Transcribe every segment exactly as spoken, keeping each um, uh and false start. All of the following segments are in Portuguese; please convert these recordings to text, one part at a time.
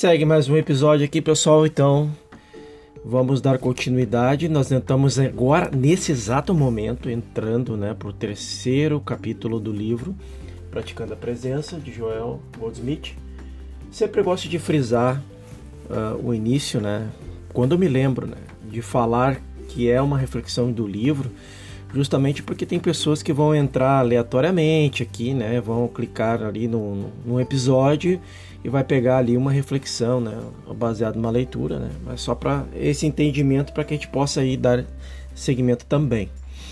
Segue mais um episódio aqui, pessoal, então vamos dar continuidade. Nós estamos agora, nesse exato momento, entrando né, para o terceiro capítulo do livro Praticando a Presença, de Joel Goldsmith. Sempre gosto de frisar uh, o início, né, quando eu me lembro né, de falar que é uma reflexão do livro, justamente porque tem pessoas que vão entrar aleatoriamente aqui, né, vão clicar ali no, no episódio e vai pegar ali uma reflexão, né, baseada numa leitura, né, mas só para esse entendimento, para que a gente possa aí dar seguimento também.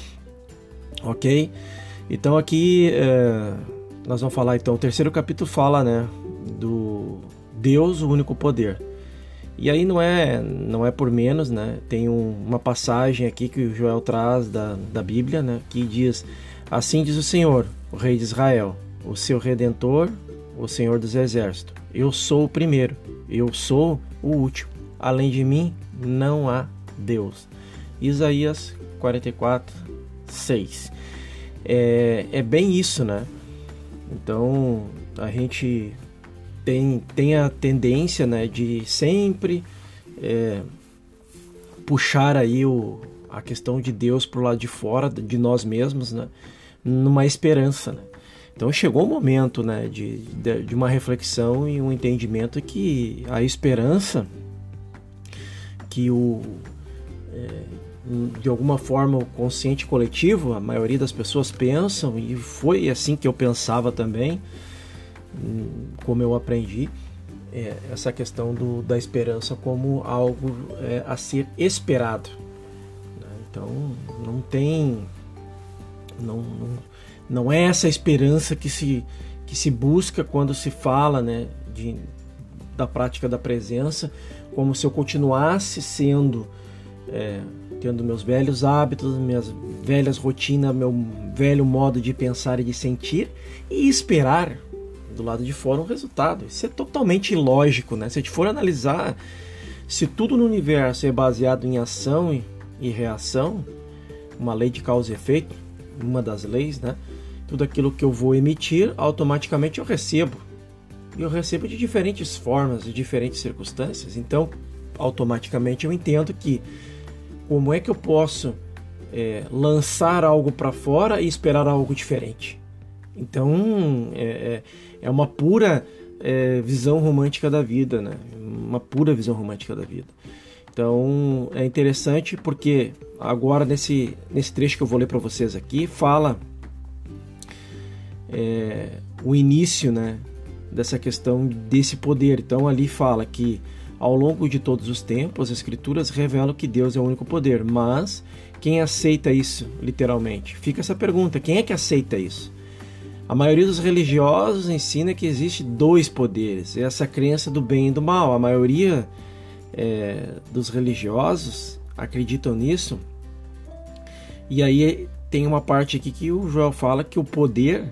Ok? Então aqui é, nós vamos falar, então, o terceiro capítulo fala, né, do Deus, o único poder. E aí não é, não é por menos, né, tem um, uma passagem aqui que o Joel traz da, da Bíblia, né, que diz: assim diz o Senhor, o Rei de Israel, o seu Redentor, o Senhor dos Exércitos. Eu sou o primeiro, eu sou o último. Além de mim, não há Deus. Isaías quarenta e quatro, seis. É, é bem isso, né? Então, a gente tem, tem a tendência, né, de sempre é, puxar aí o, a questão de Deus para o lado de fora de nós mesmos, né? Numa esperança, né? Então chegou o momento né, de, de, de uma reflexão e um entendimento que a esperança que o, é, de alguma forma o consciente coletivo, a maioria das pessoas pensam, e foi assim que eu pensava também, como eu aprendi, é, essa questão do, da esperança como algo é, a ser esperado. Então não tem... Não, não, Não é essa esperança que se, que se busca quando se fala né, de, da prática da presença, como se eu continuasse sendo, é, tendo meus velhos hábitos, minhas velhas rotinas, meu velho modo de pensar e de sentir, e esperar do lado de fora um resultado. Isso é totalmente ilógico, né? Se a gente for analisar, se tudo no universo é baseado em ação e, e reação, uma lei de causa e efeito, uma das leis, né? Tudo aquilo que eu vou emitir, automaticamente eu recebo. E eu recebo de diferentes formas, de diferentes circunstâncias. Então, automaticamente eu entendo que como é que eu posso é, lançar algo para fora e esperar algo diferente? Então, é, é uma pura é, visão romântica da vida, né? Uma pura visão romântica da vida. Então, é interessante porque agora nesse, nesse trecho que eu vou ler para vocês aqui, fala é, o início né, dessa questão desse poder. Então, ali fala que ao longo de todos os tempos, as escrituras revelam que Deus é o único poder. Mas quem aceita isso, literalmente? Fica essa pergunta, quem é que aceita isso? A maioria dos religiosos ensina que existe dois poderes, essa crença do bem e do mal. A maioria é, dos religiosos acreditam nisso. E aí tem uma parte aqui que o Joel fala que o poder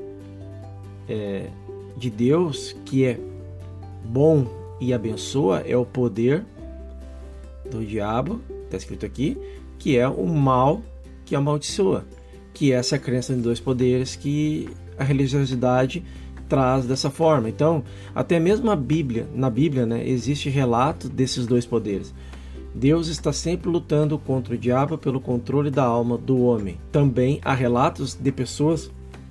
é, de Deus, que é bom e abençoa, é o poder do diabo, está escrito aqui, que é o mal que amaldiçoa, que é essa crença de dois poderes que a religiosidade traz dessa forma. Então, até mesmo a Bíblia, na Bíblia, né, existe relato desses dois poderes. Deus está sempre lutando contra o diabo pelo controle da alma do homem. Também há relatos de pessoas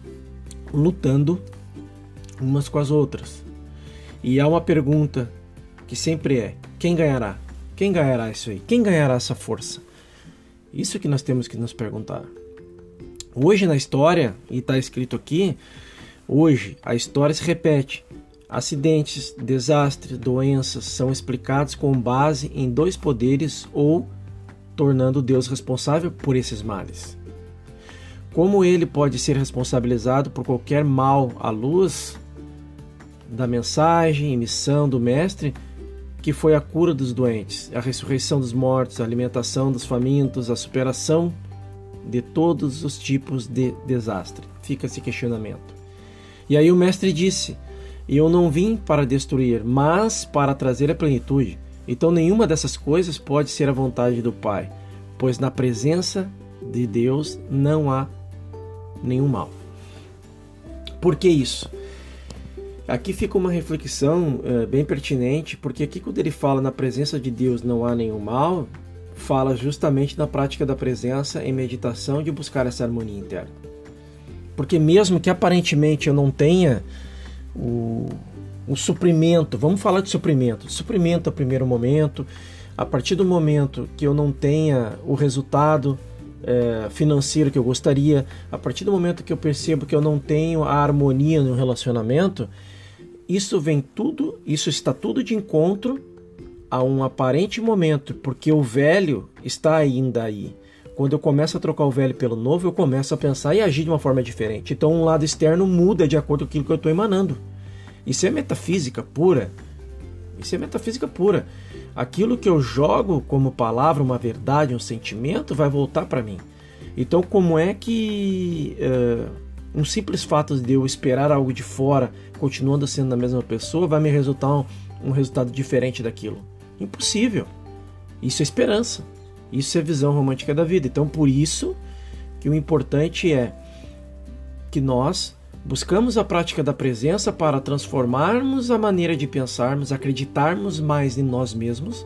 lutando umas com as outras. E há uma pergunta que sempre é: quem ganhará? Quem ganhará isso aí? Quem ganhará essa força? Isso que nós temos que nos perguntar. Hoje na história, e está escrito aqui, hoje a história se repete. Acidentes, desastres, doenças são explicados com base em dois poderes ou tornando Deus responsável por esses males. Como ele pode ser responsabilizado por qualquer mal à luz da mensagem e missão do Mestre, que foi a cura dos doentes, a ressurreição dos mortos, a alimentação dos famintos, a superação de todos os tipos de desastre? Fica esse questionamento. E aí o Mestre disse: eu não vim para destruir, mas para trazer a plenitude. Então nenhuma dessas coisas pode ser a vontade do Pai, pois na presença de Deus não há nenhum mal. Por que isso? Aqui fica uma reflexão é, bem pertinente, porque aqui quando ele fala na presença de Deus não há nenhum mal, fala justamente na prática da presença em meditação de buscar essa harmonia interna. Porque mesmo que aparentemente eu não tenha o, o suprimento, vamos falar de suprimento, suprimento a primeiro momento, a partir do momento que eu não tenha o resultado é, financeiro que eu gostaria, a partir do momento que eu percebo que eu não tenho a harmonia no relacionamento, isso vem tudo, isso está tudo de encontro a um aparente momento, porque o velho está ainda aí. Quando eu começo a trocar o velho pelo novo, eu começo a pensar e agir de uma forma diferente. Então um lado externo muda de acordo com aquilo que eu estou emanando. Isso é metafísica pura. Isso é metafísica pura. Aquilo que eu jogo como palavra, uma verdade, um sentimento, vai voltar para mim. Então como é que uh, um simples fato de eu esperar algo de fora, continuando sendo a mesma pessoa, vai me resultar um, um resultado diferente daquilo? Impossível. Isso é esperança. Isso é visão romântica da vida. Então por isso que o importante é que nós buscamos a prática da presença para transformarmos a maneira de pensarmos, acreditarmos mais em nós mesmos,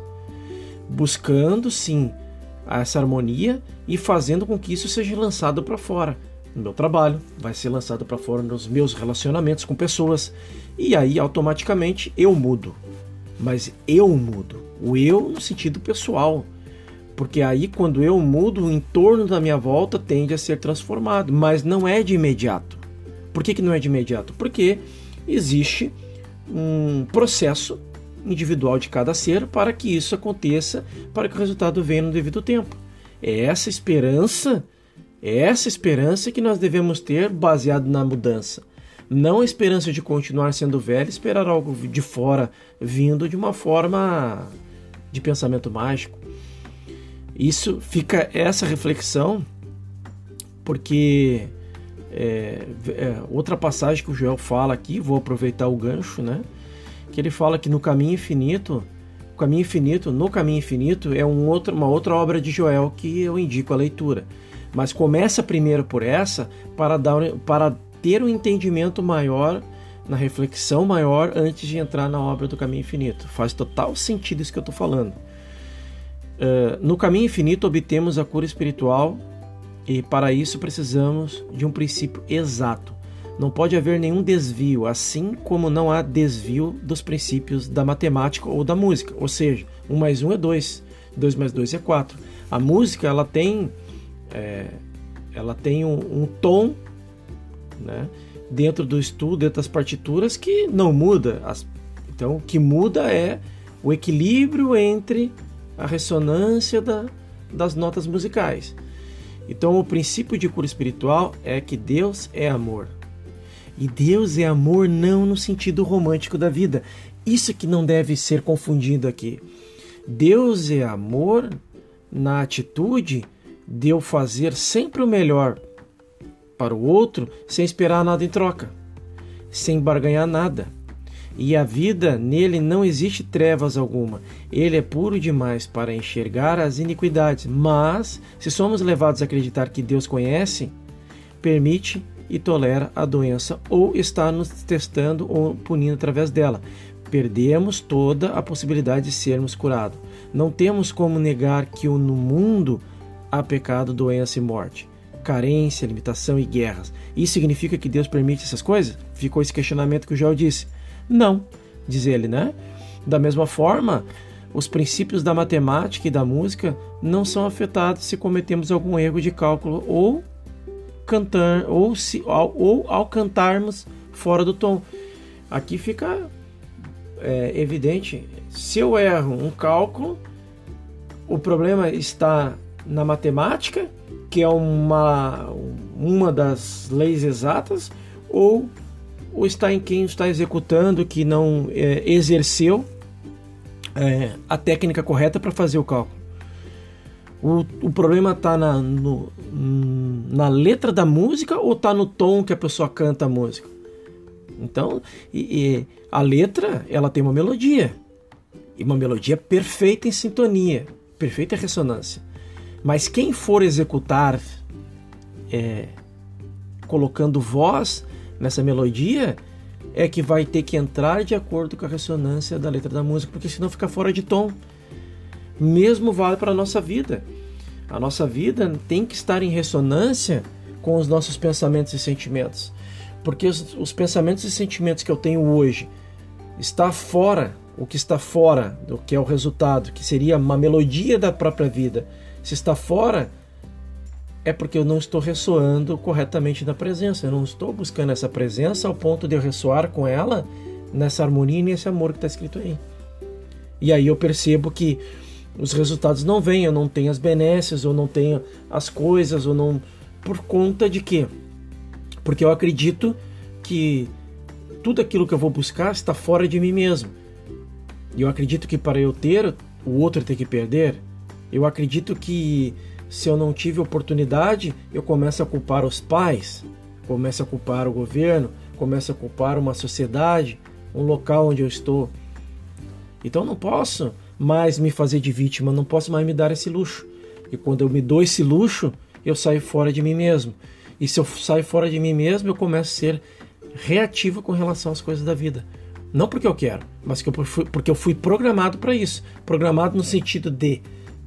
buscando sim essa harmonia e fazendo com que isso seja lançado para fora. No meu trabalho, vai ser lançado para fora nos meus relacionamentos com pessoas. E aí automaticamente eu mudo. Mas eu mudo. O eu no sentido pessoal. Porque aí quando eu mudo, o entorno da minha volta tende a ser transformado. Mas não é de imediato. Por que que não é de imediato? Porque existe um processo individual de cada ser para que isso aconteça, para que o resultado venha no devido tempo. É essa esperança, é essa esperança que nós devemos ter baseado na mudança. Não a esperança de continuar sendo velho, esperar algo de fora vindo de uma forma de pensamento mágico. Isso fica essa reflexão, porque é, é, outra passagem que o Joel fala aqui, vou aproveitar o gancho, né? Que ele fala que no caminho infinito, o caminho infinito, no caminho infinito é um outro, uma outra obra de Joel que eu indico a leitura. Mas começa primeiro por essa para, dar, para ter um entendimento maior, na reflexão maior, antes de entrar na obra do caminho infinito. Faz total sentido isso que eu estou falando. Uh, no caminho infinito obtemos a cura espiritual e para isso precisamos de um princípio exato. Não pode haver nenhum desvio, assim como não há desvio dos princípios da matemática ou da música. Ou seja, um mais um é dois, dois mais dois é quatro. A música ela tem, é, ela tem um, um tom, né, dentro do estudo, dentro das partituras, que não muda. As, então o que muda é o equilíbrio entre a ressonância da, das notas musicais. Então o princípio de cura espiritual é que Deus é amor. E Deus é amor não no sentido romântico da vida. Isso que não deve ser confundido aqui. Deus é amor na atitude de eu fazer sempre o melhor para o outro sem esperar nada em troca, sem barganhar nada. E a vida, nele não existe trevas alguma. Ele é puro demais para enxergar as iniquidades. Mas, se somos levados a acreditar que Deus conhece, permite e tolera a doença ou está nos testando ou punindo através dela. Perdemos toda a possibilidade de sermos curados. Não temos como negar que no mundo há pecado, doença e morte, carência, limitação e guerras. Isso significa que Deus permite essas coisas? Ficou esse questionamento que o Joel disse. Não, diz ele, né? Da mesma forma, os princípios da matemática e da música não são afetados se cometemos algum erro de cálculo ou cantar ou, se, ou, ou ao cantarmos fora do tom. Aqui fica é, evidente, se eu erro um cálculo, o problema está na matemática, que é uma, uma das leis exatas, ou ou está em quem está executando, que não é, exerceu é, a técnica correta para fazer o cálculo. O, o problema está na, no, na letra da música ou está no tom que a pessoa canta a música? Então, e, e a letra ela tem uma melodia, e uma melodia perfeita em sintonia, perfeita ressonância. Mas quem for executar é, colocando voz nessa melodia, é que vai ter que entrar de acordo com a ressonância da letra da música, porque senão fica fora de tom. Mesmo vale para a nossa vida. A nossa vida tem que estar em ressonância com os nossos pensamentos e sentimentos. Porque os, os pensamentos e sentimentos que eu tenho hoje está fora, o que está fora do que é o resultado, que seria uma melodia da própria vida. Se está fora, é porque eu não estou ressoando corretamente na presença. Eu não estou buscando essa presença ao ponto de eu ressoar com ela nessa harmonia e nesse amor que está escrito aí. E aí eu percebo que os resultados não vêm, eu não tenho as benesses, ou não tenho as coisas, ou não... Por conta de quê? Porque eu acredito que tudo aquilo que eu vou buscar está fora de mim mesmo. E eu acredito que para eu ter, o outro tem que perder. Eu acredito que se eu não tive oportunidade, eu começo a culpar os pais, começo a culpar o governo, começo a culpar uma sociedade, um local onde eu estou. Então não posso mais me fazer de vítima, não posso mais me dar esse luxo. E quando eu me dou esse luxo, eu saio fora de mim mesmo. E se eu saio fora de mim mesmo, eu começo a ser reativo com relação às coisas da vida. Não porque eu quero, mas porque eu fui programado para isso. Programado no sentido de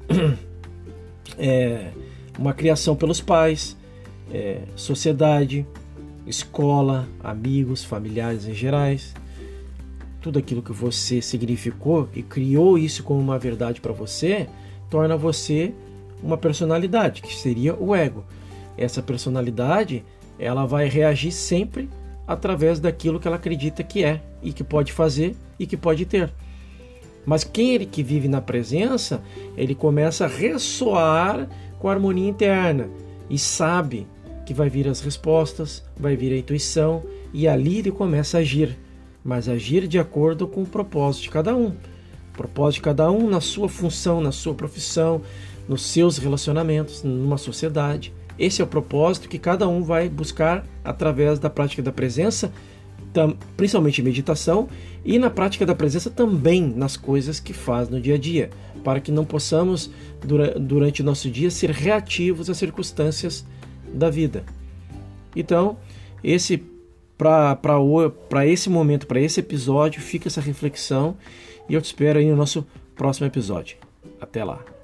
é, uma criação pelos pais, é, sociedade, escola, amigos, familiares em gerais. Tudo aquilo que você significou e criou isso como uma verdade para você, torna você uma personalidade, que seria o ego. Essa personalidade, ela vai reagir sempre através daquilo que ela acredita que é, e que pode fazer, e que pode ter. Mas quem ele que vive na presença, ele começa a ressoar com a harmonia interna, e sabe que vai vir as respostas, vai vir a intuição, e ali ele começa a agir. Mas agir de acordo com o propósito de cada um. O propósito de cada um na sua função, na sua profissão, nos seus relacionamentos, numa sociedade. Esse é o propósito que cada um vai buscar através da prática da presença, principalmente meditação, e na prática da presença também nas coisas que faz no dia a dia, para que não possamos, durante o nosso dia, ser reativos às circunstâncias da vida. Então, esse para esse momento, para esse episódio, fica essa reflexão, e eu te espero aí no nosso próximo episódio. Até lá!